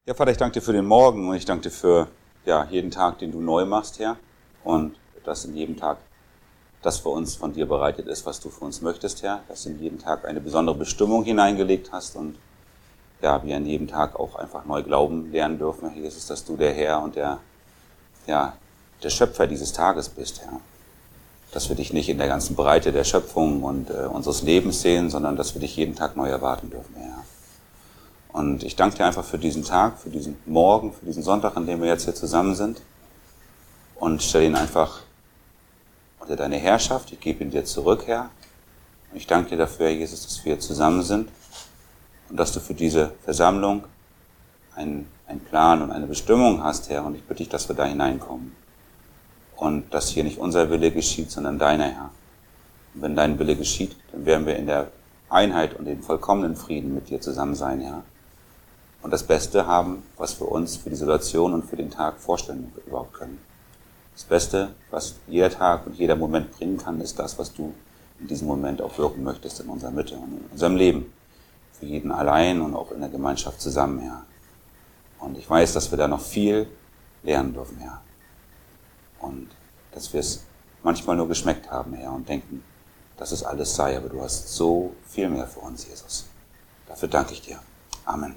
Ja, Vater, ich danke dir für den Morgen und ich danke dir für jeden Tag, den du neu machst, Herr. Und dass in jedem Tag das für uns von dir bereitet ist, was du für uns möchtest, Herr. Dass du in jeden Tag eine besondere Bestimmung hineingelegt hast und wir in jedem Tag auch einfach neu glauben lernen dürfen, Herr Jesus, dass du der Herr und der Schöpfer dieses Tages bist, Herr. Dass wir dich nicht in der ganzen Breite der Schöpfung und unseres Lebens sehen, sondern dass wir dich jeden Tag neu erwarten dürfen, Herr. Und ich danke dir einfach für diesen Tag, für diesen Morgen, für diesen Sonntag, an dem wir jetzt hier zusammen sind. Und stelle ihn einfach unter deine Herrschaft. Ich gebe ihn dir zurück, Herr. Und ich danke dir dafür, Herr Jesus, dass wir zusammen sind. Und dass du für diese Versammlung einen Plan und eine Bestimmung hast, Herr. Und ich bitte dich, dass wir da hineinkommen. Und dass hier nicht unser Wille geschieht, sondern deiner, Herr. Und wenn dein Wille geschieht, dann werden wir in der Einheit und den vollkommenen Frieden mit dir zusammen sein, Herr. Und das Beste haben, was wir uns für die Situation und für den Tag vorstellen überhaupt können. Das Beste, was jeder Tag und jeder Moment bringen kann, ist das, was du in diesem Moment auch wirken möchtest in unserer Mitte und in unserem Leben. Für jeden allein und auch in der Gemeinschaft zusammen, Herr. Und ich weiß, dass wir da noch viel lernen dürfen, Herr. Und dass wir es manchmal nur geschmeckt haben, Herr, und denken, dass es alles sei, aber du hast so viel mehr für uns, Jesus. Dafür danke ich dir. Amen.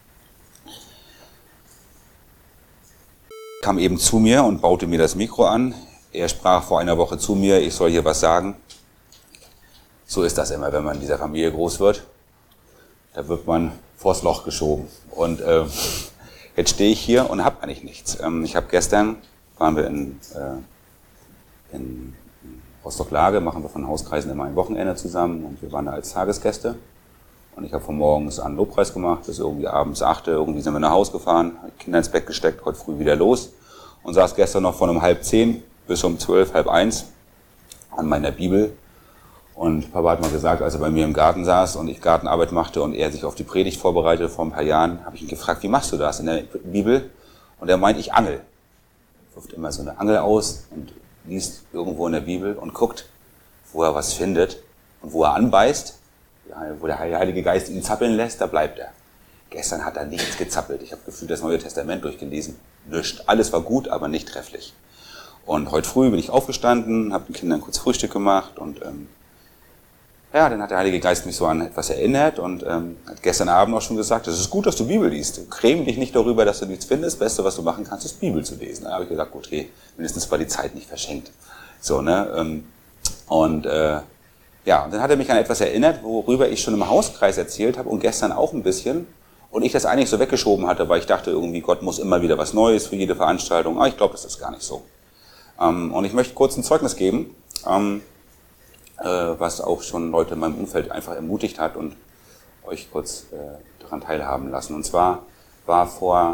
Er kam eben zu mir und baute mir das Mikro an. Er sprach vor einer Woche zu mir, ich soll hier was sagen. So ist das immer, wenn man in dieser Familie groß wird. Da wird man vors Loch geschoben. Und jetzt stehe ich hier und habe eigentlich nichts. Waren wir in Rostock-Lage, machen wir von Hauskreisen immer ein Wochenende zusammen und wir waren da als Tagesgäste. Und ich habe von morgens an Lobpreis gemacht, bis irgendwie abends 8 Uhr, irgendwie sind wir nach Hause gefahren, Kinder ins Bett gesteckt, heute früh wieder los und saß gestern noch von um 9:30 bis um 12, 9:30 an meiner Bibel. Und Papa hat mal gesagt, als er bei mir im Garten saß und ich Gartenarbeit machte und er sich auf die Predigt vorbereitete vor ein paar Jahren, habe ich ihn gefragt, wie machst du das in der Bibel? Und er meint, ich angel. Wirft immer so eine Angel aus und liest irgendwo in der Bibel und guckt, wo er was findet und wo er anbeißt, wo der Heilige Geist ihn zappeln lässt, da bleibt er. Gestern hat er nichts gezappelt. Ich habe gefühlt das Neue Testament durchgelesen. Nichts. Alles war gut, aber nicht trefflich. Und heute früh bin ich aufgestanden, habe den Kindern kurz Frühstück gemacht und dann hat der Heilige Geist mich so an etwas erinnert und hat gestern Abend auch schon gesagt, es ist gut, dass du Bibel liest. Creme dich nicht darüber, dass du nichts findest. Das Beste, was du machen kannst, ist Bibel zu lesen. Da habe ich gesagt, gut, mindestens war die Zeit nicht verschenkt. So, ne? Und dann hat er mich an etwas erinnert, worüber ich schon im Hauskreis erzählt habe und gestern auch ein bisschen. Und ich das eigentlich so weggeschoben hatte, weil ich dachte irgendwie, Gott muss immer wieder was Neues für jede Veranstaltung. Aber ich glaube, das ist gar nicht so. Und ich möchte kurz ein Zeugnis geben, was auch schon Leute in meinem Umfeld einfach ermutigt hat und euch kurz daran teilhaben lassen. Und zwar war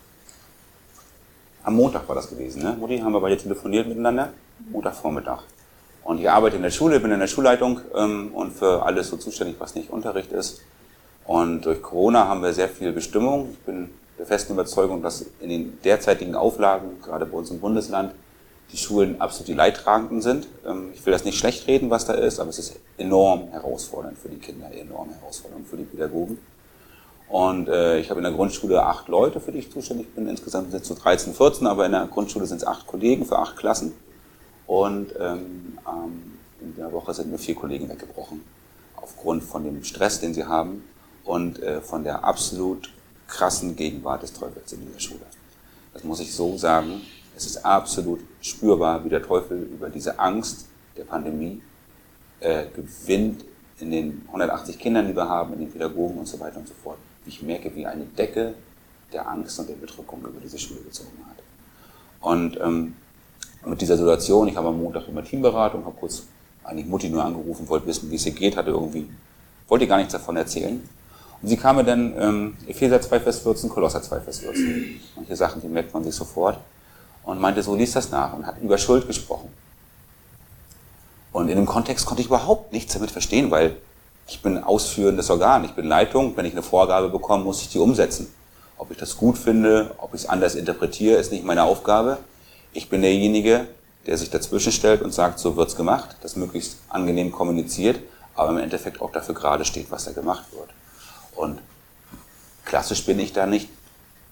am Montag war das gewesen, ne? Mutti, haben wir bei dir telefoniert miteinander? Montagvormittag. Und ich arbeite in der Schule, bin in der Schulleitung und für alles so zuständig, was nicht Unterricht ist. Und durch Corona haben wir sehr viel Bestimmung. Ich bin der festen Überzeugung, dass in den derzeitigen Auflagen, gerade bei uns im Bundesland, die Schulen absolut die Leidtragenden sind. Ich will das nicht schlecht reden, was da ist, aber es ist enorm herausfordernd für die Kinder, enorm herausfordernd für die Pädagogen. Und ich habe in der Grundschule 8 Leute, für die ich zuständig bin. Insgesamt sind es so 13, 14, aber in der Grundschule sind es 8 Kollegen für 8 Klassen. Und in der Woche sind mir 4 Kollegen weggebrochen, aufgrund von dem Stress, den sie haben und von der absolut krassen Gegenwart des Teufels in dieser Schule. Das muss ich so sagen. Es ist absolut spürbar, wie der Teufel über diese Angst der Pandemie gewinnt in den 180 Kindern, die wir haben, in den Pädagogen und so weiter und so fort. Ich merke, wie eine Decke der Angst und der Bedrückung über diese Schule gezogen hat. Und mit dieser Situation, ich habe am Montag immer Teamberatung, habe kurz eigentlich Mutti nur angerufen, wollte wissen, wie es ihr geht, wollte gar nichts davon erzählen. Und sie kam mir dann Epheser 2, Vers 14, Kolosser 2, Vers 14. Manche Sachen, die merkt man sich sofort. Und meinte so, lies das nach und hat über Schuld gesprochen. Und in dem Kontext konnte ich überhaupt nichts damit verstehen, weil ich bin ausführendes Organ, ich bin Leitung. Wenn ich eine Vorgabe bekomme, muss ich die umsetzen. Ob ich das gut finde, ob ich es anders interpretiere, ist nicht meine Aufgabe. Ich bin derjenige, der sich dazwischen stellt und sagt, so wird's gemacht, das möglichst angenehm kommuniziert, aber im Endeffekt auch dafür gerade steht, was da gemacht wird. Und klassisch bin ich da nicht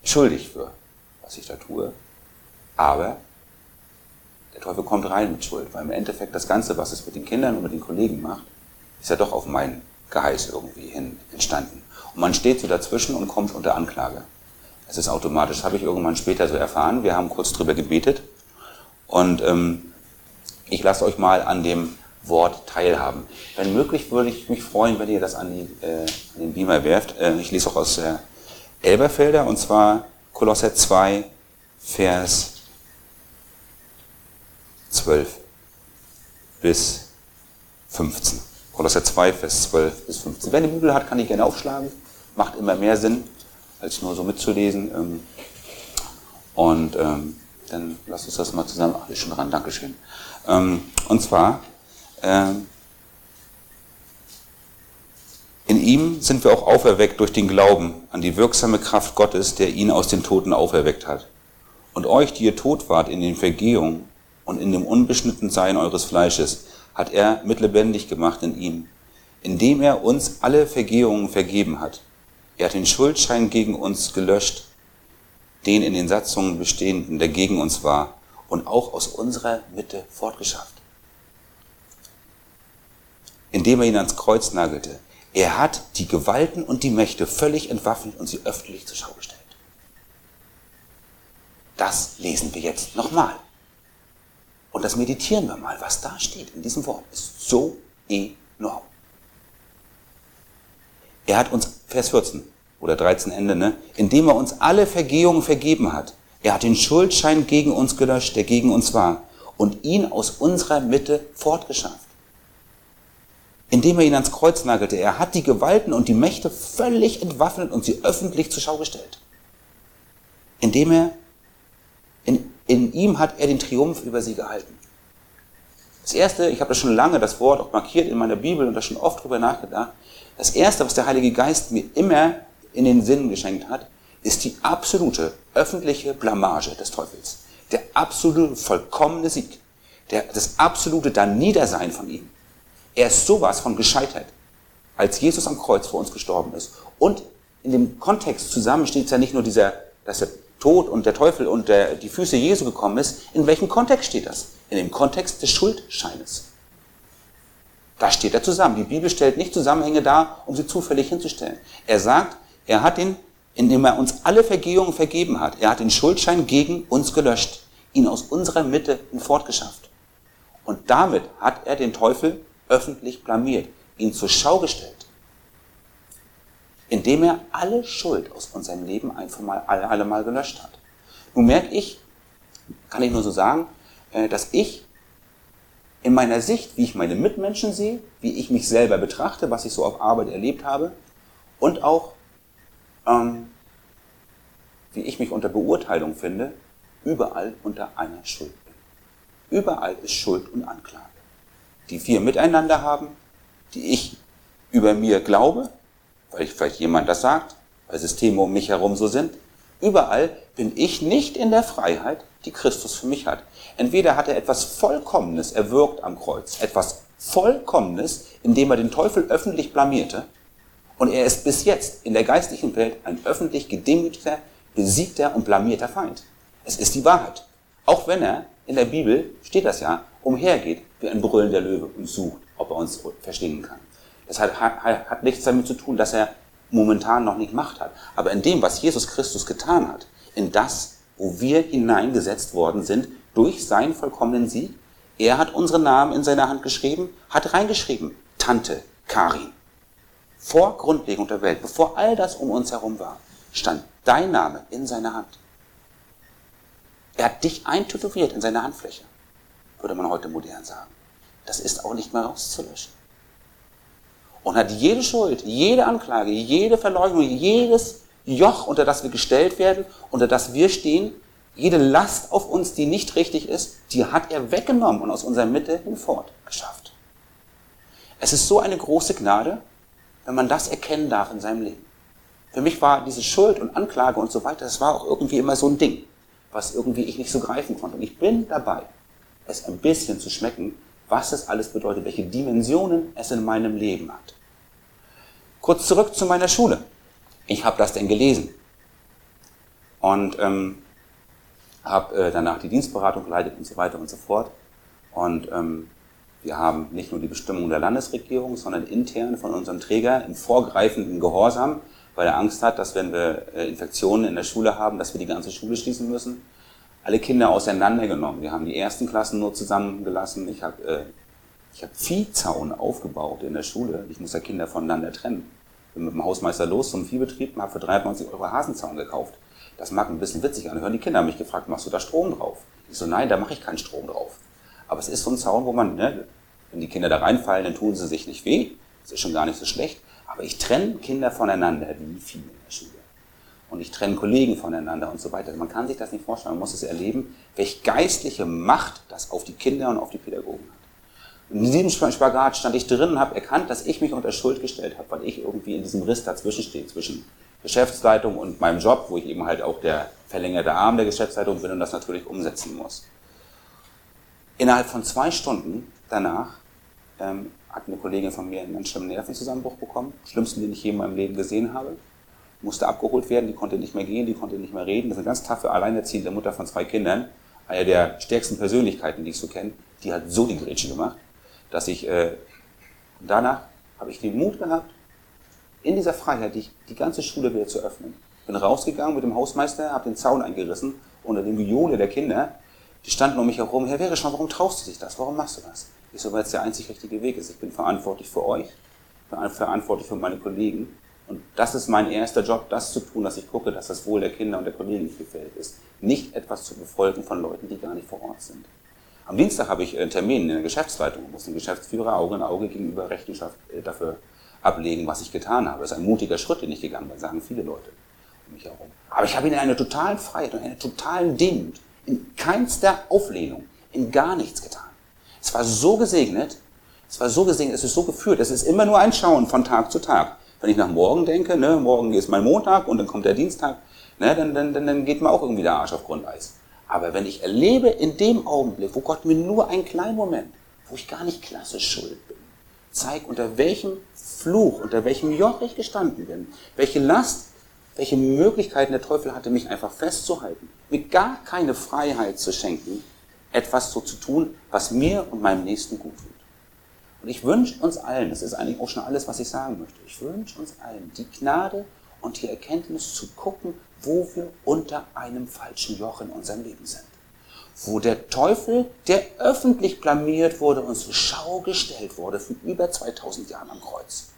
schuldig für, was ich da tue. Aber der Teufel kommt rein mit Schuld, weil im Endeffekt das Ganze, was es mit den Kindern und mit den Kollegen macht, ist ja doch auf mein Geheiß irgendwie hin entstanden. Und man steht so dazwischen und kommt unter Anklage. Es ist automatisch, das habe ich irgendwann später so erfahren. Wir haben kurz drüber gebetet und ich lasse euch mal an dem Wort teilhaben. Wenn möglich, würde ich mich freuen, wenn ihr das an den Beamer werft. Ich lese auch aus Elberfelder, und zwar Kolosser 2, Vers 12 bis 15. Kolosser 2, Vers 12 bis 15. Wer eine Bibel hat, kann die gerne aufschlagen. Macht immer mehr Sinn, als nur so mitzulesen. Dann lasst uns das mal zusammen. Ach, ist schon dran, Dankeschön. Und zwar, in ihm sind wir auch auferweckt durch den Glauben an die wirksame Kraft Gottes, der ihn aus den Toten auferweckt hat. Und euch, die ihr tot wart in den Vergehungen und in dem Unbeschnittensein eures Fleisches, hat er mit lebendig gemacht in ihm, indem er uns alle Vergehungen vergeben hat. Er hat den Schuldschein gegen uns gelöscht, den in den Satzungen bestehenden, der gegen uns war, und auch aus unserer Mitte fortgeschafft. Indem er ihn ans Kreuz nagelte. Er hat die Gewalten und die Mächte völlig entwaffnet und sie öffentlich zur Schau gestellt. Das lesen wir jetzt nochmal. Und das meditieren wir mal, was da steht in diesem Wort. Ist so enorm. Er hat uns, Vers 14 oder 13 Ende, indem er uns alle Vergehungen vergeben hat. Er hat den Schuldschein gegen uns gelöscht, der gegen uns war, und ihn aus unserer Mitte fortgeschafft. Indem er ihn ans Kreuz nagelte. Er hat die Gewalten und die Mächte völlig entwaffnet und sie öffentlich zur Schau gestellt. Indem er, in ihm hat er den Triumph über sie gehalten. Das Erste, ich habe das schon lange, das Wort auch markiert in meiner Bibel und da schon oft drüber nachgedacht. Das Erste, was der Heilige Geist mir immer in den Sinn geschenkt hat, ist die absolute öffentliche Blamage des Teufels. Der absolute vollkommene Sieg. Das absolute Daniedersein von ihm. Er ist sowas von gescheitert, als Jesus am Kreuz vor uns gestorben ist. Und in dem Kontext zusammen steht es ja nicht nur dass der Tod und der Teufel und die Füße Jesu gekommen ist. In welchem Kontext steht das? In dem Kontext des Schuldscheines. Da steht er zusammen. Die Bibel stellt nicht Zusammenhänge dar, um sie zufällig hinzustellen. Er sagt, er hat indem er uns alle Vergehungen vergeben hat, er hat den Schuldschein gegen uns gelöscht, ihn aus unserer Mitte hinfortgeschafft. Und damit hat er den Teufel öffentlich blamiert, ihn zur Schau gestellt, indem er alle Schuld aus unserem Leben ein für alle Mal gelöscht hat. Nun merke ich, kann ich nur so sagen, dass ich in meiner Sicht, wie ich meine Mitmenschen sehe, wie ich mich selber betrachte, was ich so auf Arbeit erlebt habe und auch wie ich mich unter Beurteilung finde, überall unter einer Schuld bin. Überall ist Schuld und Anklage, die wir miteinander haben, die ich über mir glaube, weil vielleicht jemand das sagt, weil Systeme um mich herum so sind. Überall bin ich nicht in der Freiheit, die Christus für mich hat. Entweder hat er etwas Vollkommenes erwirkt am Kreuz, etwas Vollkommenes, indem er den Teufel öffentlich blamierte, und er ist bis jetzt in der geistlichen Welt ein öffentlich gedemütigter, besiegter und blamierter Feind. Es ist die Wahrheit. Auch wenn er, in der Bibel steht das ja, umhergeht wie ein brüllender Löwe und sucht, ob er uns verstehen kann. Das hat nichts damit zu tun, dass er momentan noch nicht Macht hat. Aber in dem, was Jesus Christus getan hat, in das, wo wir hineingesetzt worden sind, durch seinen vollkommenen Sieg, er hat unsere Namen in seiner Hand geschrieben, hat reingeschrieben, Tante Karin. Vor Grundlegung der Welt, bevor all das um uns herum war, stand dein Name in seiner Hand. Er hat dich eintätowiert in seiner Handfläche, würde man heute modern sagen. Das ist auch nicht mehr rauszulöschen. Und hat jede Schuld, jede Anklage, jede Verleugnung, jedes Joch, unter das wir gestellt werden, unter das wir stehen, jede Last auf uns, die nicht richtig ist, die hat er weggenommen und aus unserer Mitte hinfort geschafft. Es ist so eine große Gnade, wenn man das erkennen darf in seinem Leben. Für mich war diese Schuld und Anklage und so weiter, das war auch irgendwie immer so ein Ding, was irgendwie ich nicht so greifen konnte. Und ich bin dabei, es ein bisschen zu schmecken, was es alles bedeutet, welche Dimensionen es in meinem Leben hat. Kurz zurück zu meiner Schule. Ich habe das denn gelesen. und habe danach die Dienstberatung geleitet und so weiter und so fort. Und wir haben nicht nur die Bestimmung der Landesregierung, sondern intern von unserem Träger im vorgreifenden Gehorsam, weil er Angst hat, dass wenn wir Infektionen in der Schule haben, dass wir die ganze Schule schließen müssen, alle Kinder auseinandergenommen. Wir haben die ersten Klassen nur zusammengelassen. Ich habe Viehzaun aufgebaut in der Schule. Ich muss ja Kinder voneinander trennen. Bin mit dem Hausmeister los zum Viehbetrieb und habe für 93 € Hasenzaun gekauft. Das mag ein bisschen witzig anhören. Die Kinder haben mich gefragt, machst du da Strom drauf? Ich so, nein, da mache ich keinen Strom drauf. Aber es ist so ein Zaun, wo man, wenn die Kinder da reinfallen, dann tun sie sich nicht weh. Das ist schon gar nicht so schlecht. Aber ich trenne Kinder voneinander wie Vieh in der Schule. Und ich trenne Kollegen voneinander und so weiter. Man kann sich das nicht vorstellen, man muss es erleben, welche geistliche Macht das auf die Kinder und auf die Pädagogen hat. In diesem Spagat stand ich drin und habe erkannt, dass ich mich unter Schuld gestellt habe, weil ich irgendwie in diesem Riss dazwischen stehe, zwischen Geschäftsleitung und meinem Job, wo ich eben halt auch der verlängerte Arm der Geschäftsleitung bin und das natürlich umsetzen muss. Innerhalb von 2 Stunden danach hat eine Kollegin von mir einen ganz schlimmen Nervenzusammenbruch bekommen, schlimmsten, den ich je in meinem Leben gesehen habe. Musste abgeholt werden, die konnte nicht mehr gehen, die konnte nicht mehr reden. Das ist eine ganz taffe, alleinerziehende Mutter von 2 Kindern, eine der stärksten Persönlichkeiten, die ich so kenne. Die hat so die Grätsche gemacht, dass ich danach habe ich den Mut gehabt, in dieser Freiheit die ganze Schule wieder zu öffnen. Bin rausgegangen mit dem Hausmeister, habe den Zaun eingerissen unter dem Gejohle der Kinder. Die standen um mich herum, Herr Wereschon, warum traust du dich das? Warum machst du das? Ich so, weil es der einzig richtige Weg ist. Ich bin verantwortlich für euch, verantwortlich für meine Kollegen. Und das ist mein erster Job, das zu tun, dass ich gucke, dass das Wohl der Kinder und der Kollegen nicht gefährdet ist. Nicht etwas zu befolgen von Leuten, die gar nicht vor Ort sind. Am Dienstag habe ich einen Termin in der Geschäftsleitung und muss dem Geschäftsführer Auge in Auge gegenüber Rechenschaft dafür ablegen, was ich getan habe. Das ist ein mutiger Schritt, den ich gegangen bin, sagen viele Leute um mich herum. Aber ich habe in einer totalen Freiheit und einer totalen Demut, in keinster Auflehnung, in gar nichts getan. Es war so gesegnet, es ist so geführt, es ist immer nur ein Schauen von Tag zu Tag. Wenn ich nach morgen denke, morgen ist mein Montag und dann kommt der Dienstag, dann geht mir auch irgendwie der Arsch auf Grundeis. Aber wenn ich erlebe in dem Augenblick, wo Gott mir nur einen kleinen Moment, wo ich gar nicht klassisch schuld bin, zeigt, unter welchem Fluch, unter welchem Joch ich gestanden bin, welche Last, welche Möglichkeiten der Teufel hatte, mich einfach festzuhalten, mir gar keine Freiheit zu schenken, etwas so zu tun, was mir und meinem Nächsten gut tut. Und ich wünsche uns allen, das ist eigentlich auch schon alles, was ich sagen möchte, ich wünsche uns allen die Gnade und die Erkenntnis zu gucken, wo wir unter einem falschen Joch in unserem Leben sind. Wo der Teufel, der öffentlich blamiert wurde und zur Schau gestellt wurde für über 2000 Jahren am Kreuz.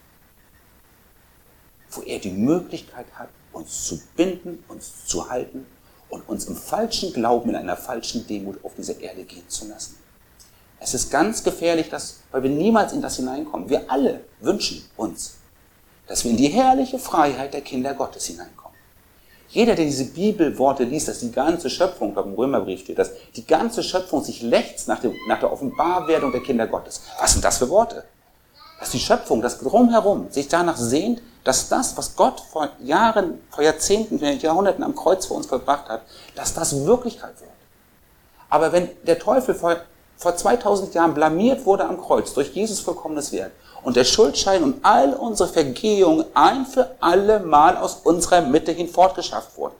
Wo er die Möglichkeit hat, uns zu binden, uns zu halten und uns im falschen Glauben, in einer falschen Demut auf diese Erde gehen zu lassen. Es ist ganz gefährlich, weil wir niemals in das hineinkommen. Wir alle wünschen uns, dass wir in die herrliche Freiheit der Kinder Gottes hineinkommen. Jeder, der diese Bibelworte liest, dass die ganze Schöpfung, ich glaube im Römerbrief steht, dass die ganze Schöpfung sich lechzt nach der Offenbarwerdung der Kinder Gottes. Was sind das für Worte? Dass die Schöpfung, das Drumherum, sich danach sehnt, dass das, was Gott vor Jahren, vor Jahrzehnten, Jahrhunderten am Kreuz für uns vollbracht hat, dass das Wirklichkeit wird. Aber wenn der Teufel vor 2000 Jahren blamiert wurde am Kreuz durch Jesus vollkommenes Werk und der Schuldschein und all unsere Vergehungen ein für alle Mal aus unserer Mitte hinfortgeschafft wurden.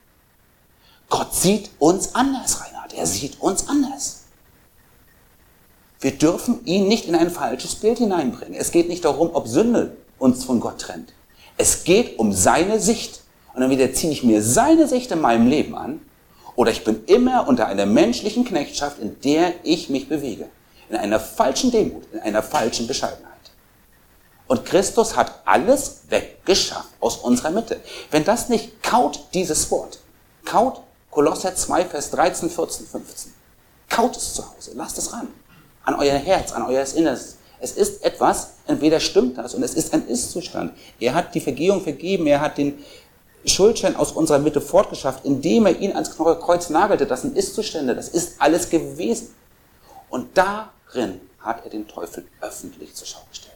Gott sieht uns anders, Reinhard. Er sieht uns anders. Wir dürfen ihn nicht in ein falsches Bild hineinbringen. Es geht nicht darum, ob Sünde uns von Gott trennt. Es geht um seine Sicht. Und entweder ziehe ich mir seine Sicht in meinem Leben an, oder ich bin immer unter einer menschlichen Knechtschaft, in der ich mich bewege. In einer falschen Demut, in einer falschen Bescheidenheit. Und Christus hat alles weggeschafft aus unserer Mitte. Wenn das nicht, kaut dieses Wort. Kaut Kolosser 2, Vers 13, 14, 15. Kaut es zu Hause, lasst es ran. An euer Herz, an euer Inneres. Es ist etwas, entweder stimmt das und es ist ein Ist-Zustand. Er hat die Vergehung vergeben, er hat den Schuldschein aus unserer Mitte fortgeschafft, indem er ihn ans Kreuz nagelte. Das sind Ist-Zustände, das ist alles gewesen. Und darin hat er den Teufel öffentlich zur Schau gestellt.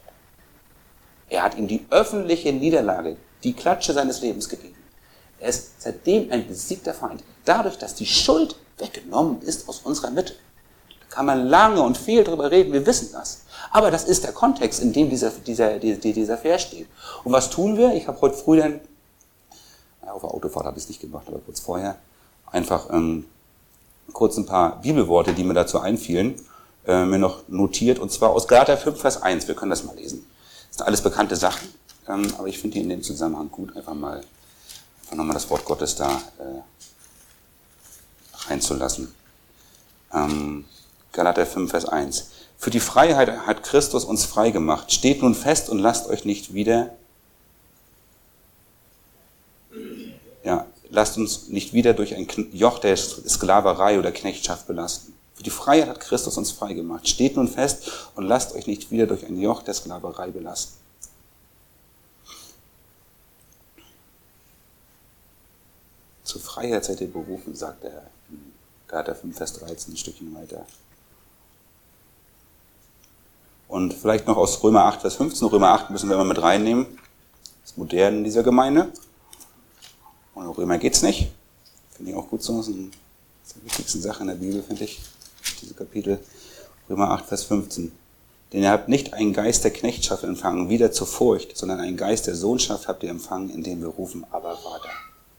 Er hat ihm die öffentliche Niederlage, die Klatsche seines Lebens gegeben. Er ist seitdem ein besiegter Feind. Dadurch, dass die Schuld weggenommen ist aus unserer Mitte. Da kann man lange und viel drüber reden, wir wissen das. Aber das ist der Kontext, in dem dieser Vers steht. Und was tun wir? Ich habe heute früh dann ja, auf der Autofahrt habe ich es nicht gemacht, aber kurz vorher, einfach kurz ein paar Bibelworte, die mir dazu einfielen, mir noch notiert, und zwar aus Galater 5, Vers 1. Wir können das mal lesen. Das sind alles bekannte Sachen, aber ich finde die in dem Zusammenhang gut, einfach nochmal das Wort Gottes da reinzulassen. Galater 5, Vers 1. Für die Freiheit hat Christus uns frei gemacht. Steht nun fest und lasst uns nicht wieder durch ein Joch der Sklaverei oder Knechtschaft belasten. Für die Freiheit hat Christus uns frei gemacht. Steht nun fest und lasst euch nicht wieder durch ein Joch der Sklaverei belasten. Zur Freiheit seid ihr berufen, sagt er in Galater 5, Vers 13, ein Stückchen weiter. Und vielleicht noch aus Römer 8, Vers 15. Römer 8 müssen wir immer mit reinnehmen. Das ist modern in dieser Gemeinde. Ohne Römer geht's nicht. Finde ich auch gut so. Das ist eine der wichtigsten Sachen in der Bibel, finde ich. Diese Kapitel. Römer 8, Vers 15. Denn ihr habt nicht einen Geist der Knechtschaft empfangen, wieder zur Furcht, sondern einen Geist der Sohnschaft habt ihr empfangen, in dem wir rufen, aber Vater.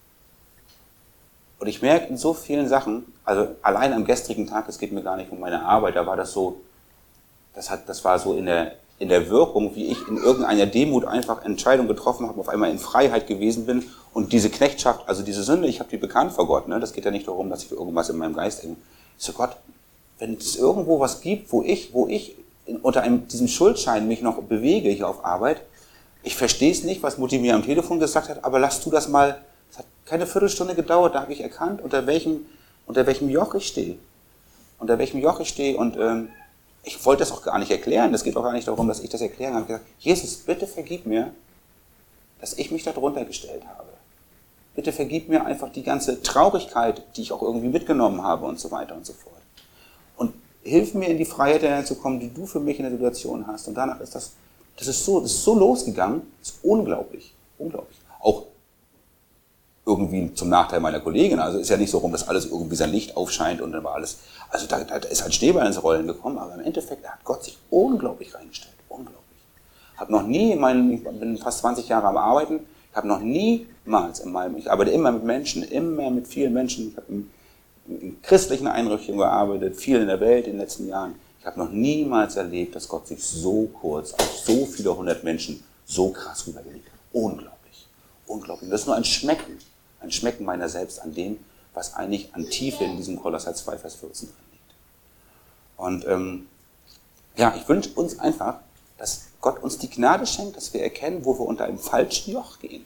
Und ich merke in so vielen Sachen, also allein am gestrigen Tag, es geht mir gar nicht um meine Arbeit, da war das so, das war so in der Wirkung, wie ich in irgendeiner Demut einfach Entscheidungen getroffen habe, auf einmal in Freiheit gewesen bin und diese Knechtschaft, also diese Sünde, ich habe die bekannt vor Gott, ne? Das geht ja nicht darum, dass ich irgendwas in meinem Geist denke. Ich so, Gott, wenn es irgendwo was gibt, wo ich unter diesem Schuldschein mich noch bewege hier auf Arbeit, ich verstehe es nicht, was Mutti mir am Telefon gesagt hat, aber lass du das mal. Es hat keine Viertelstunde gedauert, da habe ich erkannt, unter welchem Joch ich stehe. Unter welchem Joch ich stehe. Und ich wollte das auch gar nicht erklären. Es geht auch gar nicht darum, dass ich das erklären habe. Ich habe gesagt, Jesus, bitte vergib mir, dass ich mich da drunter gestellt habe. Bitte vergib mir einfach die ganze Traurigkeit, die ich auch irgendwie mitgenommen habe und so weiter und so fort. Und hilf mir in die Freiheit hineinzukommen, die du für mich in der Situation hast. Und danach ist das ist so losgegangen, das ist unglaublich. Unglaublich. Auch irgendwie zum Nachteil meiner Kollegin. Also ist ja nicht so rum, dass alles irgendwie sein Licht aufscheint und dann war alles, also da ist halt Schneeball ins Rollen gekommen, aber im Endeffekt hat Gott sich unglaublich reingestellt. Unglaublich. Ich bin fast 20 Jahre am Arbeiten, ich habe noch niemals ich arbeite immer mit Menschen, immer mit vielen Menschen, ich habe in christlichen Einrichtungen gearbeitet, viel in der Welt in den letzten Jahren. Ich habe noch niemals erlebt, dass Gott sich so kurz auf so viele 100 Menschen so krass rübergelegt hat. Unglaublich. Unglaublich. Das ist nur ein Schmecken meiner selbst an dem, was eigentlich an Tiefe in diesem Kolosser 2, Vers 14 drin liegt. Und ich wünsche uns einfach, dass Gott uns die Gnade schenkt, dass wir erkennen, wo wir unter einem falschen Joch gehen.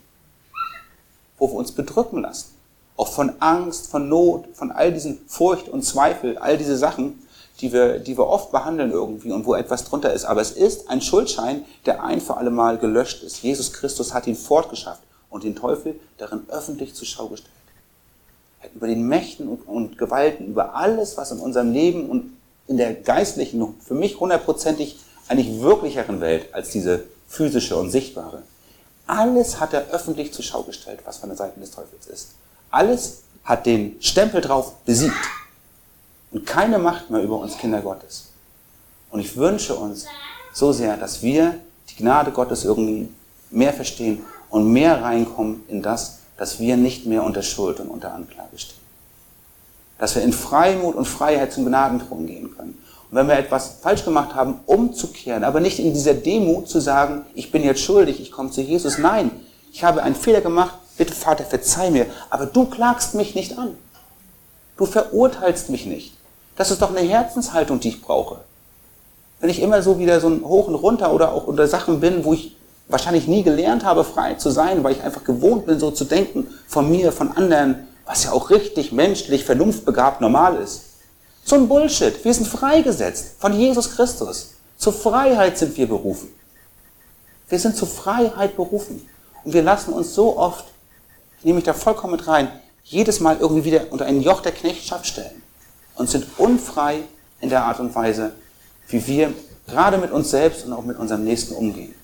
Wo wir uns bedrücken lassen. Auch von Angst, von Not, von all diesen Furcht und Zweifel, all diese Sachen, die wir oft behandeln irgendwie und wo etwas drunter ist. Aber es ist ein Schuldschein, der ein für alle Mal gelöscht ist. Jesus Christus hat ihn fortgeschafft und den Teufel darin öffentlich zur Schau gestellt. Er hat über den Mächten und Gewalten, über alles, was in unserem Leben und in der geistlichen, für mich 100%ig eigentlich wirklicheren Welt als diese physische und sichtbare, alles hat er öffentlich zur Schau gestellt, was von der Seite des Teufels ist. Alles hat den Stempel drauf besiegt. Und keine Macht mehr über uns Kinder Gottes. Und ich wünsche uns so sehr, dass wir die Gnade Gottes irgendwie mehr verstehen und mehr reinkommen in das, dass wir nicht mehr unter Schuld und unter Anklage stehen. Dass wir in Freimut und Freiheit zum Gnadenthron gehen können. Und wenn wir etwas falsch gemacht haben, umzukehren, aber nicht in dieser Demut zu sagen, ich bin jetzt schuldig, ich komme zu Jesus. Nein, ich habe einen Fehler gemacht, bitte Vater, verzeih mir, aber du klagst mich nicht an. Du verurteilst mich nicht. Das ist doch eine Herzenshaltung, die ich brauche. Wenn ich immer so wieder so ein Hoch und Runter oder auch unter Sachen bin, wo ich wahrscheinlich nie gelernt habe, frei zu sein, weil ich einfach gewohnt bin, so zu denken, von mir, von anderen, was ja auch richtig, menschlich, vernunftbegabt, normal ist. So ein Bullshit. Wir sind freigesetzt von Jesus Christus. Zur Freiheit sind wir berufen. Wir sind zur Freiheit berufen. Und wir lassen uns so oft, ich nehme mich da vollkommen mit rein, jedes Mal irgendwie wieder unter ein Joch der Knechtschaft stellen. Und sind unfrei in der Art und Weise, wie wir gerade mit uns selbst und auch mit unserem Nächsten umgehen.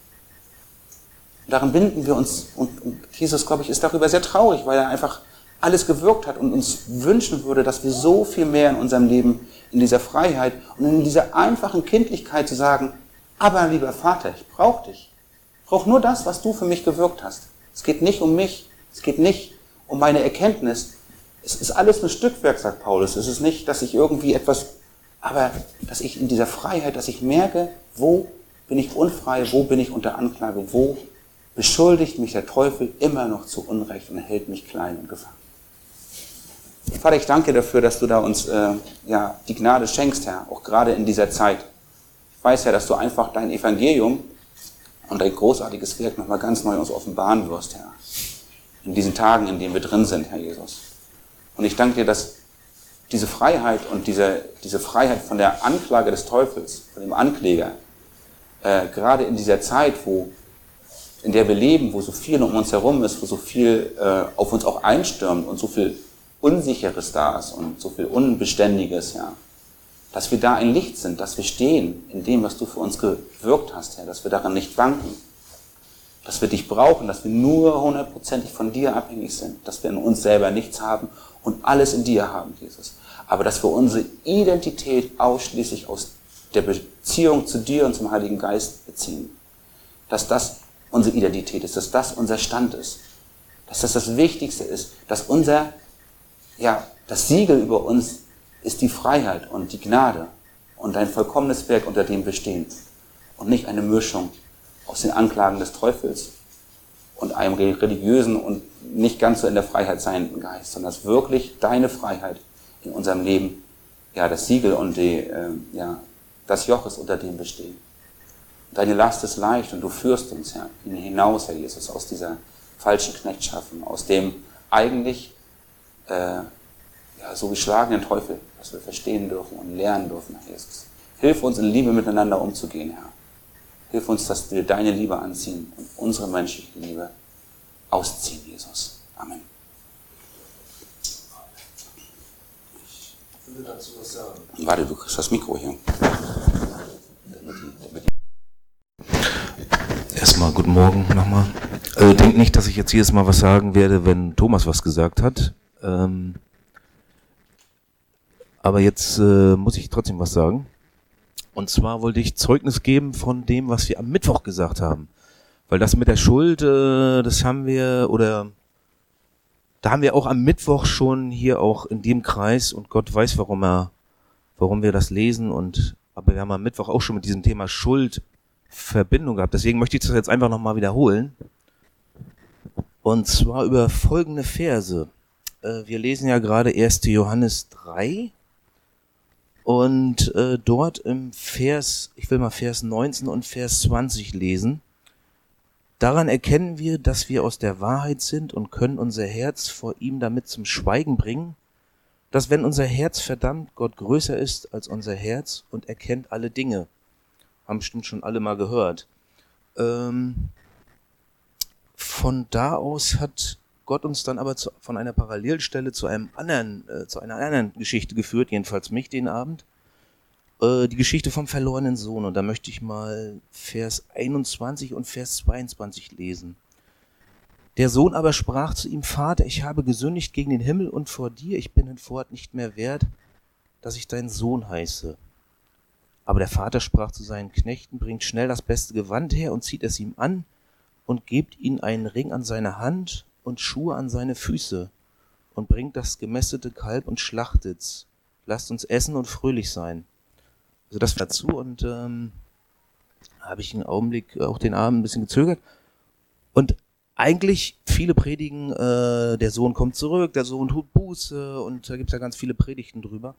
Und daran binden wir uns, und Jesus, glaube ich, ist darüber sehr traurig, weil er einfach alles gewirkt hat und uns wünschen würde, dass wir so viel mehr in unserem Leben, in dieser Freiheit und in dieser einfachen Kindlichkeit zu sagen, aber lieber Vater, ich brauche dich. Ich brauche nur das, was du für mich gewirkt hast. Es geht nicht um mich, es geht nicht Und meine Erkenntnis, es ist alles ein Stückwerk, sagt Paulus. Es ist nicht, dass ich irgendwie etwas, aber dass ich in dieser Freiheit, dass ich merke, wo bin ich unfrei, wo bin ich unter Anklage, wo beschuldigt mich der Teufel immer noch zu Unrecht und hält mich klein und gefangen. Vater, ich danke dir dafür, dass du da uns die Gnade schenkst, Herr, auch gerade in dieser Zeit. Ich weiß, Herr, dass du einfach dein Evangelium und dein großartiges Werk nochmal ganz neu uns offenbaren wirst, Herr. In diesen Tagen, in denen wir drin sind, Herr Jesus. Und ich danke dir, dass diese Freiheit und diese Freiheit von der Anklage des Teufels, von dem Ankläger, gerade in dieser Zeit, in der wir leben, wo so viel um uns herum ist, wo so viel auf uns auch einstürmt und so viel Unsicheres da ist und so viel Unbeständiges, ja, dass wir da ein Licht sind, dass wir stehen in dem, was du für uns gewirkt hast, Herr, dass wir daran nicht wanken, dass wir dich brauchen, dass wir nur hundertprozentig von dir abhängig sind, dass wir in uns selber nichts haben und alles in dir haben, Jesus. Aber dass wir unsere Identität ausschließlich aus der Beziehung zu dir und zum Heiligen Geist beziehen. Dass das unsere Identität ist, dass das unser Stand ist, dass das das Wichtigste ist, dass das Siegel über uns ist die Freiheit und die Gnade und dein vollkommenes Werk, unter dem wir stehen. Und nicht eine Mischung aus den Anklagen des Teufels und einem religiösen und nicht ganz so in der Freiheit seienden Geist, sondern dass wirklich deine Freiheit in unserem Leben, das Siegel und das Joch ist, unter dem wir stehen. Deine Last ist leicht und du führst uns, Herr, hinaus, Herr Jesus, aus dieser falschen Knechtschaft, aus dem eigentlich so geschlagenen Teufel, dass wir verstehen dürfen und lernen dürfen, Herr Jesus. Hilf uns in Liebe miteinander umzugehen, Herr. Hilf uns, dass wir deine Liebe anziehen und unsere menschliche Liebe ausziehen, Jesus. Amen. Ich will dazu was sagen. Warte, du kriegst das Mikro hier. Erstmal guten Morgen nochmal. Denkt nicht, dass ich jetzt jedes Mal was sagen werde, wenn Thomas was gesagt hat. Aber jetzt muss ich trotzdem was sagen. Und zwar wollte ich Zeugnis geben von dem, was wir am Mittwoch gesagt haben. Weil das mit der Schuld, da haben wir auch am Mittwoch schon hier auch in dem Kreis, und Gott weiß, warum wir das lesen, aber wir haben am Mittwoch auch schon mit diesem Thema Schuld Verbindung gehabt. Deswegen möchte ich das jetzt einfach nochmal wiederholen. Und zwar über folgende Verse. Wir lesen ja gerade 1. Johannes 3. Und dort im Vers 19 und Vers 20 lesen. Daran erkennen wir, dass wir aus der Wahrheit sind und können unser Herz vor ihm damit zum Schweigen bringen, dass wenn unser Herz verdammt, Gott größer ist als unser Herz und erkennt alle Dinge. Haben bestimmt schon alle mal gehört. Von da aus hat Gott uns dann aber von einer Parallelstelle zu einer anderen Geschichte geführt, jedenfalls mich den Abend. Die Geschichte vom verlorenen Sohn. Und da möchte ich mal Vers 21 und Vers 22 lesen. Der Sohn aber sprach zu ihm: Vater, ich habe gesündigt gegen den Himmel und vor dir. Ich bin hinfort nicht mehr wert, dass ich dein Sohn heiße. Aber der Vater sprach zu seinen Knechten: Bringt schnell das beste Gewand her und zieht es ihm an und gebt ihm einen Ring an seine Hand und Schuhe an seine Füße und bringt das gemästete Kalb und schlachtet's. Lasst uns essen und fröhlich sein. Also das dazu, und habe ich einen Augenblick auch den Abend ein bisschen gezögert. Und eigentlich viele predigen, der Sohn kommt zurück, der Sohn tut Buße, und da gibt's ja ganz viele Predigten drüber.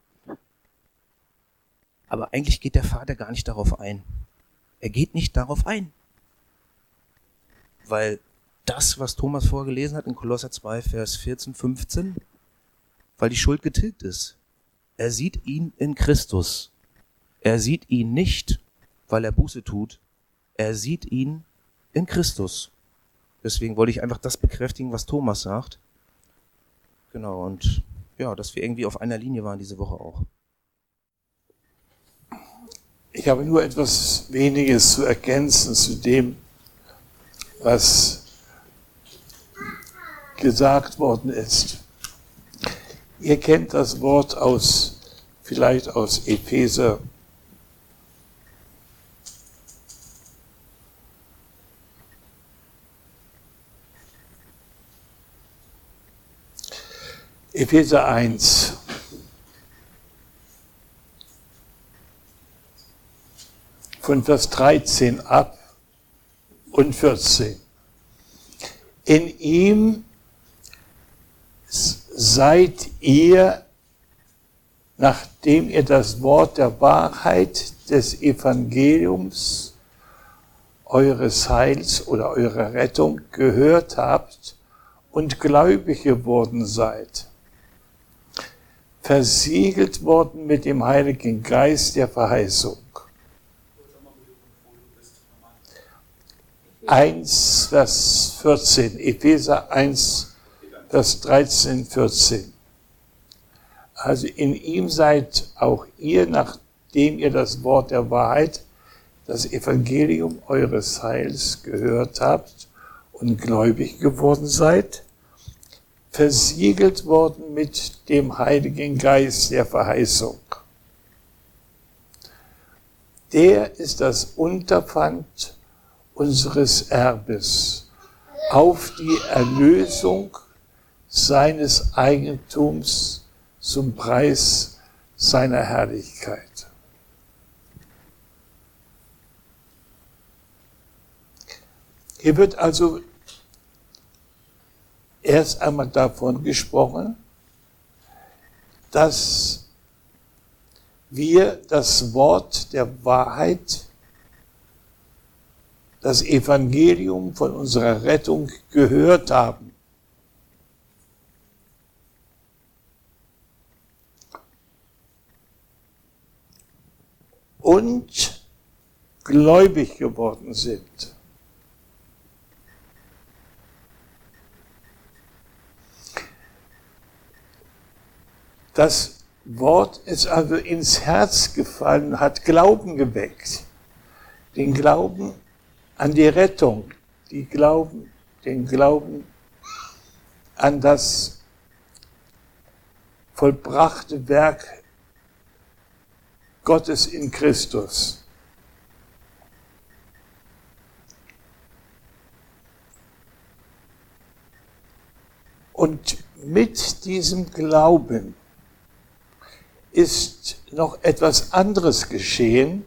Aber eigentlich geht der Vater gar nicht darauf ein. Er geht nicht darauf ein. Weil das, was Thomas vorgelesen hat in Kolosser 2, Vers 14, 15, weil die Schuld getilgt ist. Er sieht ihn in Christus. Er sieht ihn nicht, weil er Buße tut. Er sieht ihn in Christus. Deswegen wollte ich einfach das bekräftigen, was Thomas sagt. Genau, und ja, dass wir irgendwie auf einer Linie waren diese Woche auch. Ich habe nur etwas Weniges zu ergänzen zu dem, was gesagt worden ist. Ihr kennt das Wort vielleicht aus Epheser. Epheser 1. Von Vers 13 ab und 14. In ihm seid ihr, nachdem ihr das Wort der Wahrheit des Evangeliums eures Heils oder eurer Rettung gehört habt und gläubig geworden seid, versiegelt worden mit dem Heiligen Geist der Verheißung. 1, Vers 14, Epheser 1, Vers 13, 14. Also in ihm seid auch ihr, nachdem ihr das Wort der Wahrheit, das Evangelium eures Heils gehört habt und gläubig geworden seid, versiegelt worden mit dem Heiligen Geist der Verheißung. Der ist das Unterpfand unseres Erbes auf die Erlösung seines Eigentums zum Preis seiner Herrlichkeit. Hier wird also erst einmal davon gesprochen, dass wir das Wort der Wahrheit, das Evangelium von unserer Rettung gehört haben. Und gläubig geworden sind. Das Wort ist also ins Herz gefallen, hat Glauben geweckt. Den Glauben an die Rettung, den Glauben an das vollbrachte Werk Gottes in Christus. Und mit diesem Glauben ist noch etwas anderes geschehen.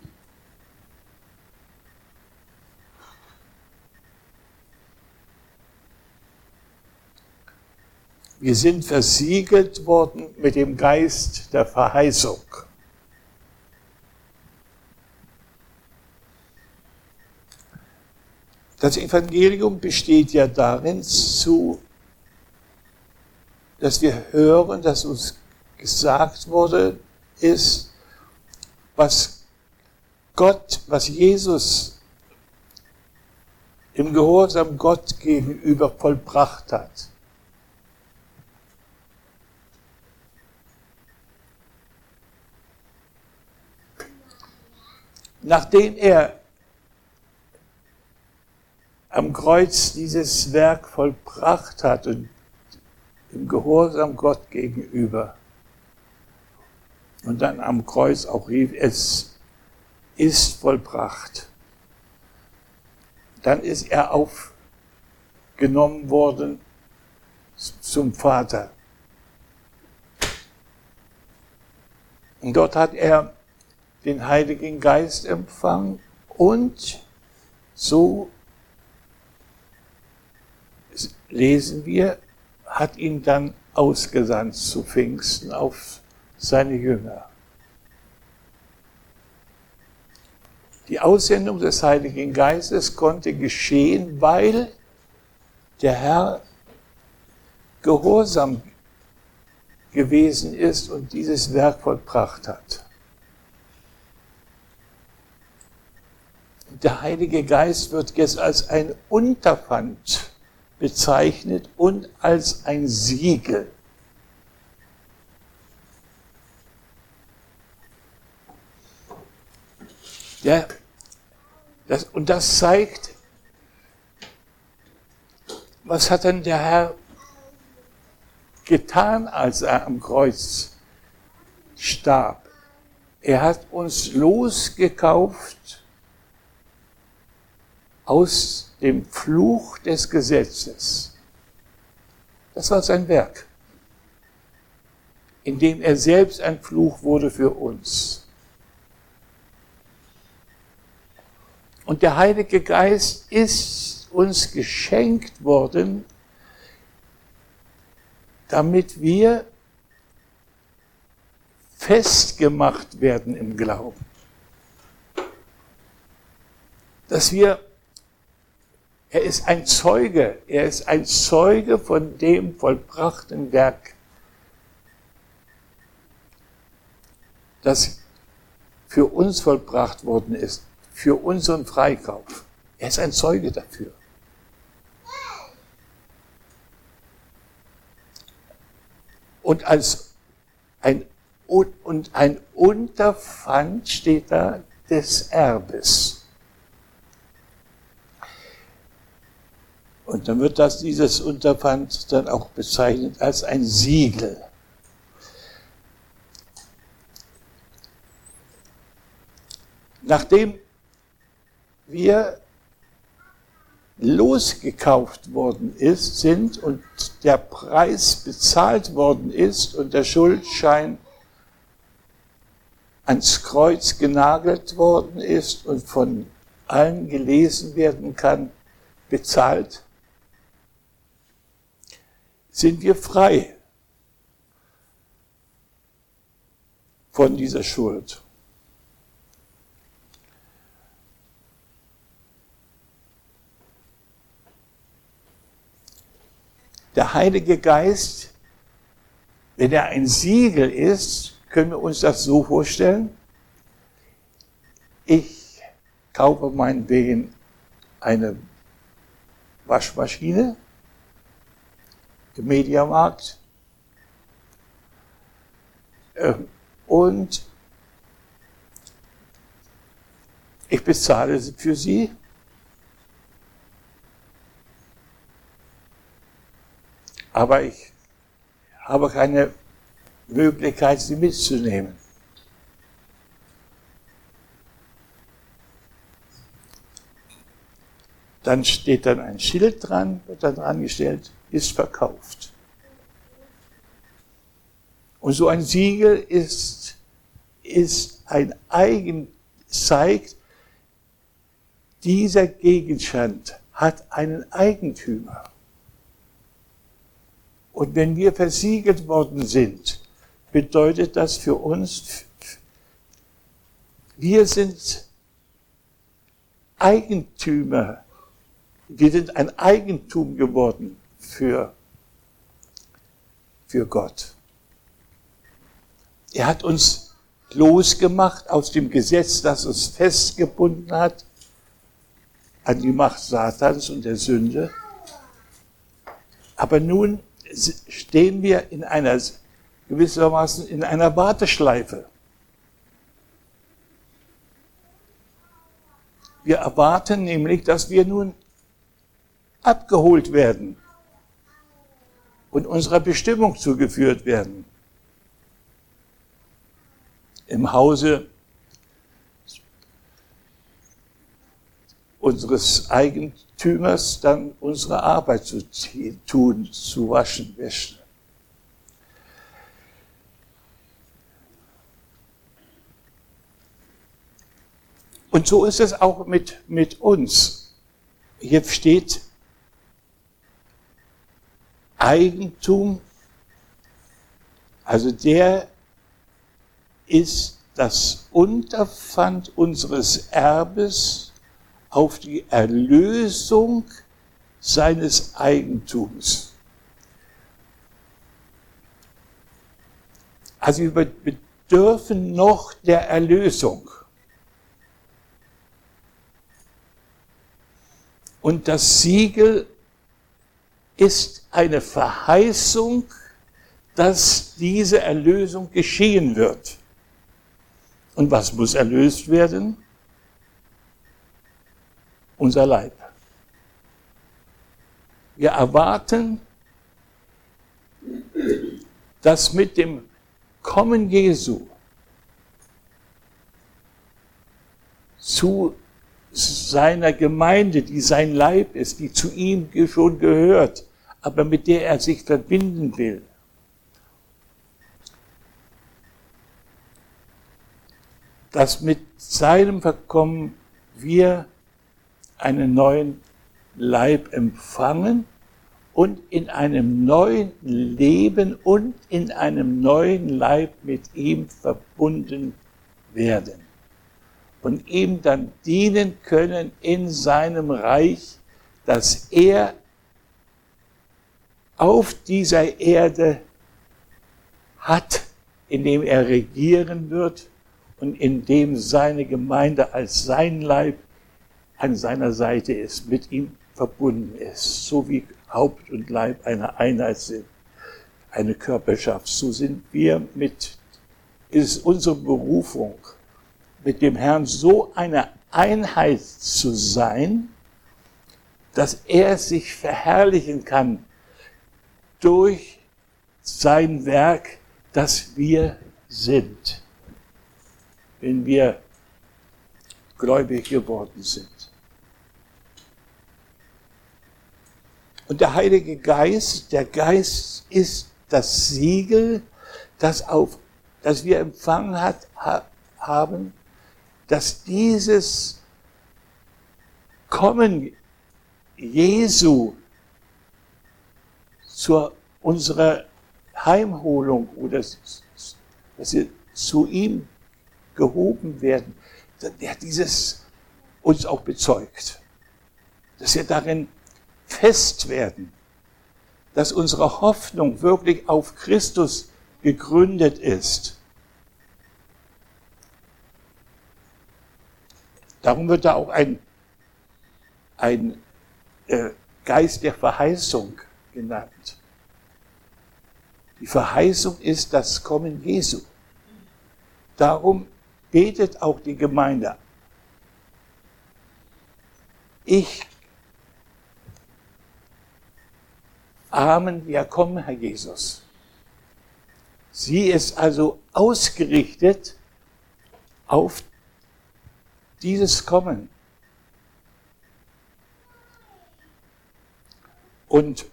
Wir sind versiegelt worden mit dem Geist der Verheißung. Das Evangelium besteht ja darin, dass wir hören, dass uns gesagt wurde, ist, was Jesus im Gehorsam Gott gegenüber vollbracht hat. Nachdem er am Kreuz dieses Werk vollbracht hat und im Gehorsam Gott gegenüber und dann am Kreuz auch rief, es ist vollbracht, dann ist er aufgenommen worden zum Vater. Und dort hat er den Heiligen Geist empfangen und so lesen wir, hat ihn dann ausgesandt zu Pfingsten auf seine Jünger. Die Aussendung des Heiligen Geistes konnte geschehen, weil der Herr gehorsam gewesen ist und dieses Werk vollbracht hat. Der Heilige Geist wird jetzt als ein Unterpfand bezeichnet und als ein Siegel. Ja, das zeigt, was hat denn der Herr getan, als er am Kreuz starb? Er hat uns losgekauft aus dem Fluch des Gesetzes. Das war sein Werk. indem er selbst ein Fluch wurde für uns. Und der Heilige Geist ist uns geschenkt worden, damit wir festgemacht werden im Glauben. Er ist ein Zeuge von dem vollbrachten Werk, das für uns vollbracht worden ist, für unseren Freikauf. Er ist ein Zeuge dafür. Und ein Unterpfand steht da des Erbes. Und dann wird dieses Unterpfand dann auch bezeichnet als ein Siegel. Nachdem wir losgekauft worden sind und der Preis bezahlt worden ist und der Schuldschein ans Kreuz genagelt worden ist und von allen gelesen werden kann, bezahlt, sind wir frei von dieser Schuld. Der Heilige Geist, wenn er ein Siegel ist, können wir uns das so vorstellen: Ich kaufe meinetwegen eine Waschmaschine im Mediamarkt und ich bezahle für sie. Aber ich habe keine Möglichkeit, sie mitzunehmen. Dann steht dann ein Schild dran, wird dann dran gestellt, ist verkauft. Und so ein Siegel ist zeigt, dieser Gegenstand hat einen Eigentümer. Und wenn wir versiegelt worden sind, bedeutet das für uns, wir sind Eigentümer. Wir sind ein Eigentum geworden für Gott. Er hat uns losgemacht aus dem Gesetz, das uns festgebunden hat an die Macht Satans und der Sünde. Aber nun stehen wir gewissermaßen in einer Warteschleife. Wir erwarten nämlich, dass wir nun abgeholt werden und unserer Bestimmung zugeführt werden. Im Hause unseres Eigentümers dann unsere Arbeit zu tun, zu waschen, wäschen. Und so ist es auch mit uns. Hier steht Eigentum, also der ist das Unterpfand unseres Erbes auf die Erlösung seines Eigentums. Also wir bedürfen noch der Erlösung. Und das Siegel ist eine Verheißung, dass diese Erlösung geschehen wird. Und was muss erlöst werden? Unser Leib. Wir erwarten, dass mit dem Kommen Jesu zu seiner Gemeinde, die sein Leib ist, die zu ihm schon gehört, aber mit der er sich verbinden will, dass mit seinem Verkommen wir einen neuen Leib empfangen und in einem neuen Leben und in einem neuen Leib mit ihm verbunden werden und ihm dann dienen können in seinem Reich, das er auf dieser Erde hat, in dem er regieren wird und in dem seine Gemeinde als sein Leib an seiner Seite ist, mit ihm verbunden ist, so wie Haupt und Leib eine Einheit sind, eine Körperschaft. So sind wir ist unsere Berufung, mit dem Herrn so eine Einheit zu sein, dass er sich verherrlichen kann durch sein Werk, das wir sind, wenn wir gläubig geworden sind. Und der Heilige Geist, der Geist ist das Siegel, das wir empfangen haben, dass dieses Kommen Jesu zu unserer Heimholung oder dass wir zu ihm gehoben werden, der hat dieses uns auch bezeugt, dass wir darin fest werden, dass unsere Hoffnung wirklich auf Christus gegründet ist. Darum wird da auch ein Geist der Verheißung genannt. Die Verheißung ist das Kommen Jesu. Darum betet auch die Gemeinde. Amen, ja komm, Herr Jesus. Sie ist also ausgerichtet auf dieses Kommen. Und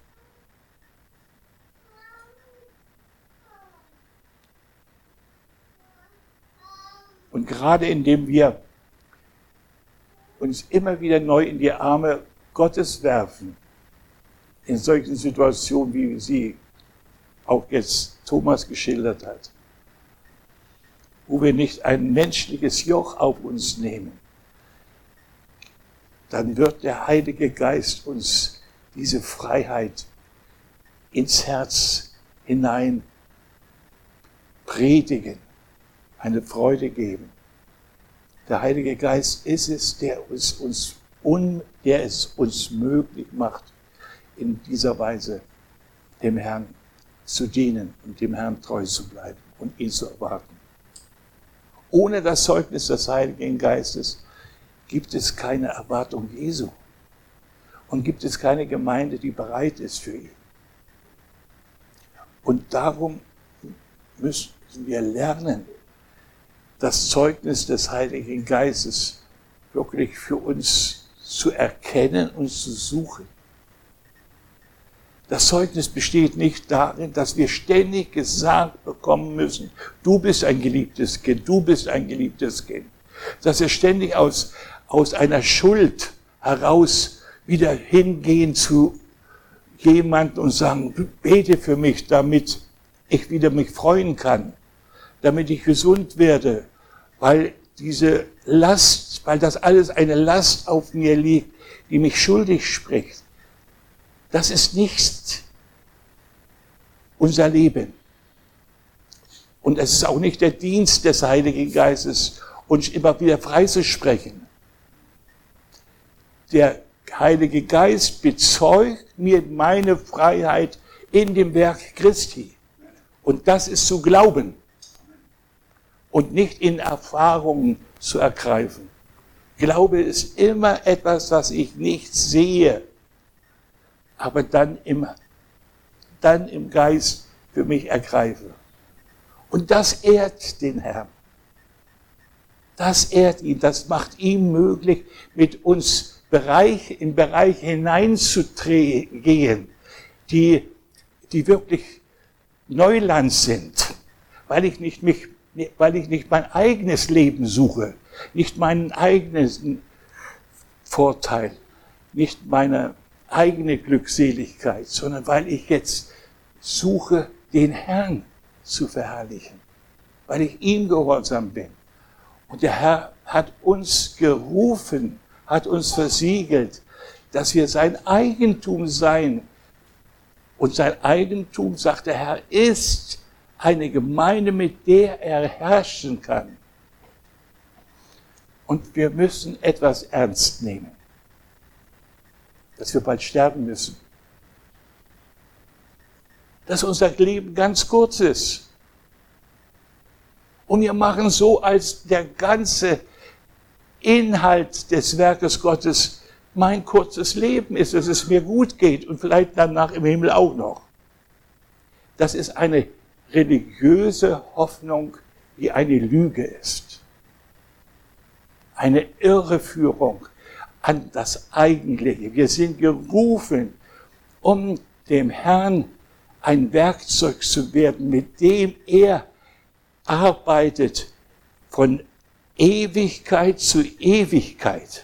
gerade indem wir uns immer wieder neu in die Arme Gottes werfen, in solchen Situationen, wie sie auch jetzt Thomas geschildert hat, wo wir nicht ein menschliches Joch auf uns nehmen, dann wird der Heilige Geist uns diese Freiheit ins Herz hinein predigen, eine Freude geben. Der Heilige Geist ist es, der es uns möglich macht, in dieser Weise dem Herrn zu dienen und dem Herrn treu zu bleiben und ihn zu erwarten. Ohne das Zeugnis des Heiligen Geistes gibt es keine Erwartung Jesu und gibt es keine Gemeinde, die bereit ist für ihn. Und darum müssen wir lernen, das Zeugnis des Heiligen Geistes wirklich für uns zu erkennen und zu suchen. Das Zeugnis besteht nicht darin, dass wir ständig gesagt bekommen müssen, du bist ein geliebtes Kind, du bist ein geliebtes Kind. Dass wir ständig aus einer Schuld heraus wieder hingehen zu jemandem und sagen, bete für mich, damit ich wieder mich freuen kann, damit ich gesund werde, weil diese Last, weil das alles eine Last auf mir liegt, die mich schuldig spricht. Das ist nicht unser Leben. Und es ist auch nicht der Dienst des Heiligen Geistes, uns immer wieder freizusprechen. Der Heilige Geist bezeugt mir meine Freiheit in dem Werk Christi. Und das ist zu glauben und nicht in Erfahrungen zu ergreifen. Glaube ist immer etwas, was ich nicht sehe, aber dann im Geist für mich ergreife. Und das ehrt den Herrn. Das ehrt ihn, das macht ihm möglich, mit uns in Bereiche hineinzugehen, die wirklich Neuland sind, weil ich nicht mich weil ich nicht mein eigenes Leben suche, nicht meinen eigenen Vorteil, nicht meine eigene Glückseligkeit, sondern weil ich jetzt suche, den Herrn zu verherrlichen, weil ich ihm gehorsam bin. Und der Herr hat uns gerufen, hat uns versiegelt, dass wir sein Eigentum seien. Und sein Eigentum, sagt der Herr, ist eine Gemeinde, mit der er herrschen kann. Und wir müssen etwas ernst nehmen, dass wir bald sterben müssen. Dass unser Leben ganz kurz ist. Und wir machen so, als der ganze Inhalt des Werkes Gottes mein kurzes Leben ist, dass es mir gut geht und vielleicht danach im Himmel auch noch. Das ist eine religiöse Hoffnung, die eine Lüge ist. Eine Irreführung an das Eigentliche. Wir sind gerufen, um dem Herrn ein Werkzeug zu werden, mit dem er arbeitet von Ewigkeit zu Ewigkeit.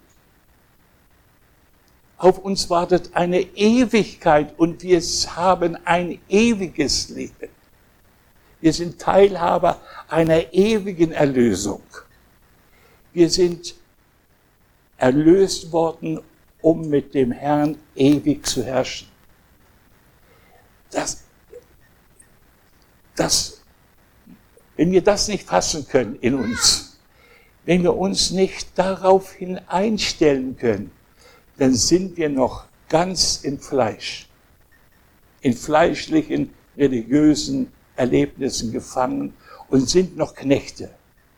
Auf uns wartet eine Ewigkeit und wir haben ein ewiges Leben. Wir sind Teilhaber einer ewigen Erlösung. Wir sind erlöst worden, um mit dem Herrn ewig zu herrschen. Wenn wir das nicht fassen können in uns, wenn wir uns nicht daraufhin einstellen können, dann sind wir noch ganz im Fleisch, in fleischlichen, religiösen Erlebnissen gefangen und sind noch Knechte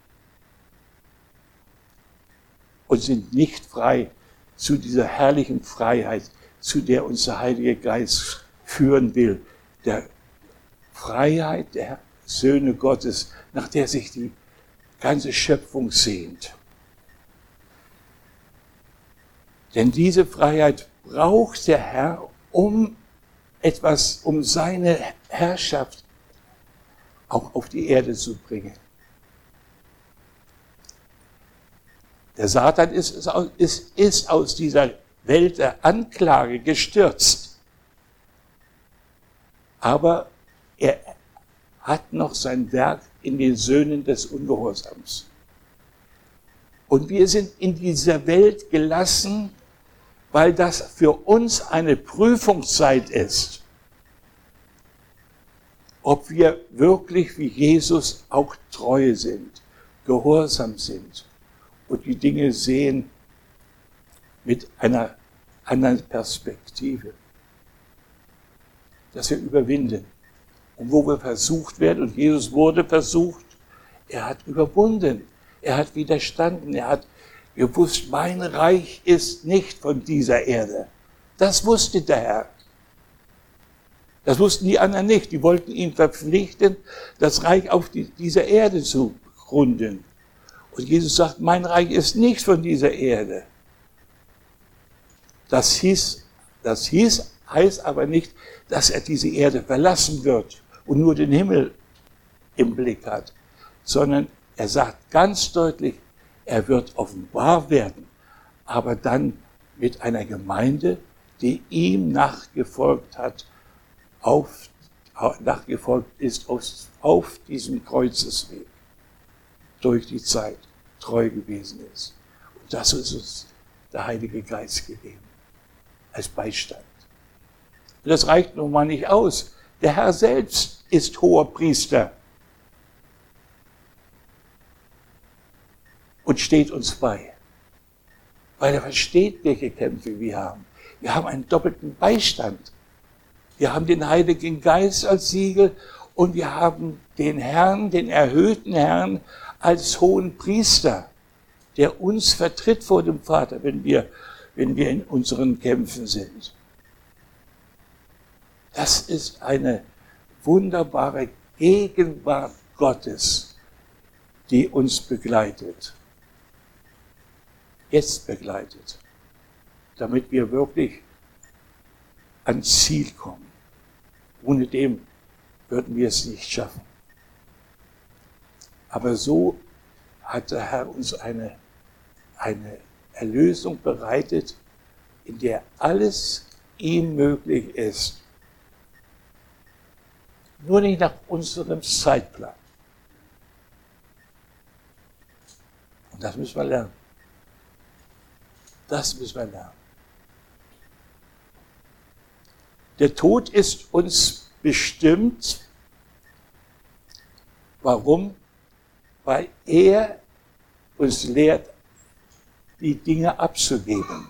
und sind nicht frei zu dieser herrlichen Freiheit, zu der uns der Heilige Geist führen will, der Freiheit der Söhne Gottes, nach der sich die ganze Schöpfung sehnt. Denn diese Freiheit braucht der Herr, um seine Herrschaft auch auf die Erde zu bringen. Der Satan ist aus dieser Welt der Anklage gestürzt. Aber er hat noch sein Werk in den Söhnen des Ungehorsams. Und wir sind in dieser Welt gelassen, weil das für uns eine Prüfungszeit ist, ob wir wirklich wie Jesus auch treu sind, gehorsam sind und die Dinge sehen mit einer anderen Perspektive, dass wir überwinden. Und wo wir versucht werden, und Jesus wurde versucht, er hat überwunden, er hat widerstanden, er hat gewusst, mein Reich ist nicht von dieser Erde. Das wusste der Herr. Das wussten die anderen nicht. Die wollten ihn verpflichten, das Reich auf dieser Erde zu gründen. Und Jesus sagt, mein Reich ist nicht von dieser Erde. Das heißt aber nicht, dass er diese Erde verlassen wird und nur den Himmel im Blick hat, sondern er sagt ganz deutlich, er wird offenbar werden, aber dann mit einer Gemeinde, die ihm nachgefolgt ist auf diesem Kreuzesweg, durch die Zeit treu gewesen ist. Und das ist uns der Heilige Geist gegeben, als Beistand. Und das reicht nun mal nicht aus. Der Herr selbst ist hoher Priester und steht uns bei, weil er versteht, welche Kämpfe wir haben. Wir haben einen doppelten Beistand. Wir haben den Heiligen Geist als Siegel und wir haben den Herrn, den erhöhten Herrn, als hohen Priester, der uns vertritt vor dem Vater, wenn wir in unseren Kämpfen sind. Das ist eine wunderbare Gegenwart Gottes, die uns begleitet. Jetzt begleitet, damit wir wirklich ans Ziel kommen. Ohne dem würden wir es nicht schaffen. Aber so hat der Herr uns eine Erlösung bereitet, in der alles ihm möglich ist. Nur nicht nach unserem Zeitplan. Und das müssen wir lernen. Das müssen wir lernen. Der Tod ist uns bestimmt. Warum? Weil er uns lehrt, die Dinge abzugeben.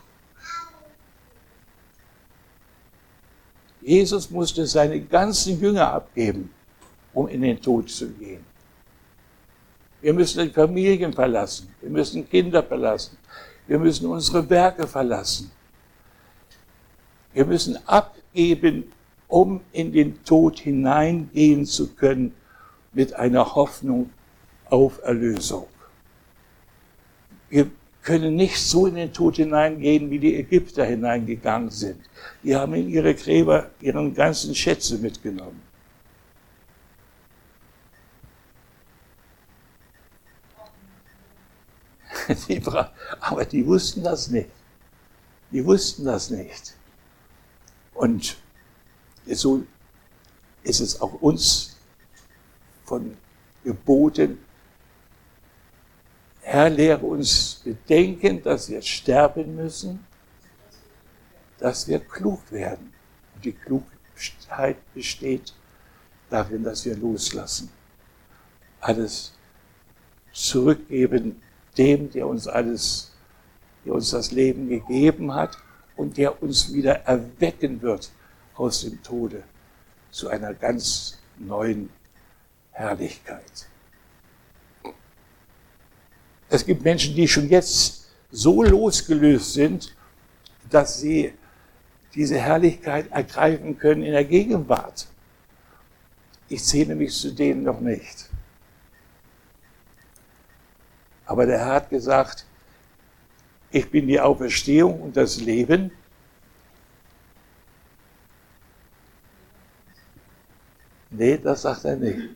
Jesus musste seine ganzen Jünger abgeben, um in den Tod zu gehen. Wir müssen die Familien verlassen, wir müssen Kinder verlassen, wir müssen unsere Werke verlassen. Wir müssen abgeben, um in den Tod hineingehen zu können mit einer Hoffnung auf Erlösung. Wir können nicht so in den Tod hineingehen, wie die Ägypter hineingegangen sind. Die haben in ihre Gräber ihren ganzen Schätze mitgenommen. Aber die wussten das nicht. Die wussten das nicht. Und so ist es auch uns von geboten, Herr, lehre uns bedenken, dass wir sterben müssen, dass wir klug werden. Und die Klugheit besteht darin, dass wir loslassen. Alles zurückgeben dem, der uns das Leben gegeben hat und der uns wieder erwecken wird aus dem Tode zu einer ganz neuen Herrlichkeit. Es gibt Menschen, die schon jetzt so losgelöst sind, dass sie diese Herrlichkeit ergreifen können in der Gegenwart. Ich zähle mich zu denen noch nicht. Aber der Herr hat gesagt, ich bin die Auferstehung und das Leben. Nee, das sagt er nicht.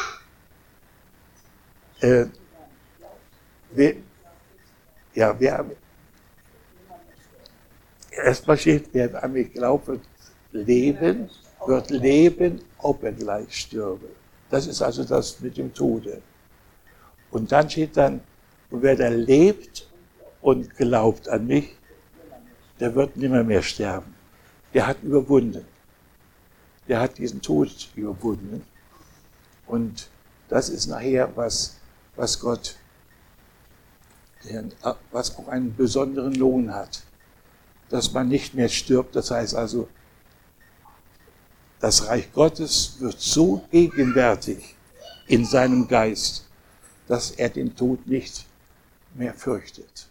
Erstmal steht, wer an mich glaubt, wird leben, ob er gleich stürbe. Das ist also das mit dem Tode. Und dann steht dann, und wer da lebt und glaubt an mich, der wird nimmer mehr sterben. Der hat überwunden. Der hat diesen Tod überwunden. Und das ist nachher was Gott, was auch einen besonderen Lohn hat. Dass man nicht mehr stirbt, das heißt also, das Reich Gottes wird so gegenwärtig in seinem Geist, dass er den Tod nicht mehr fürchtet.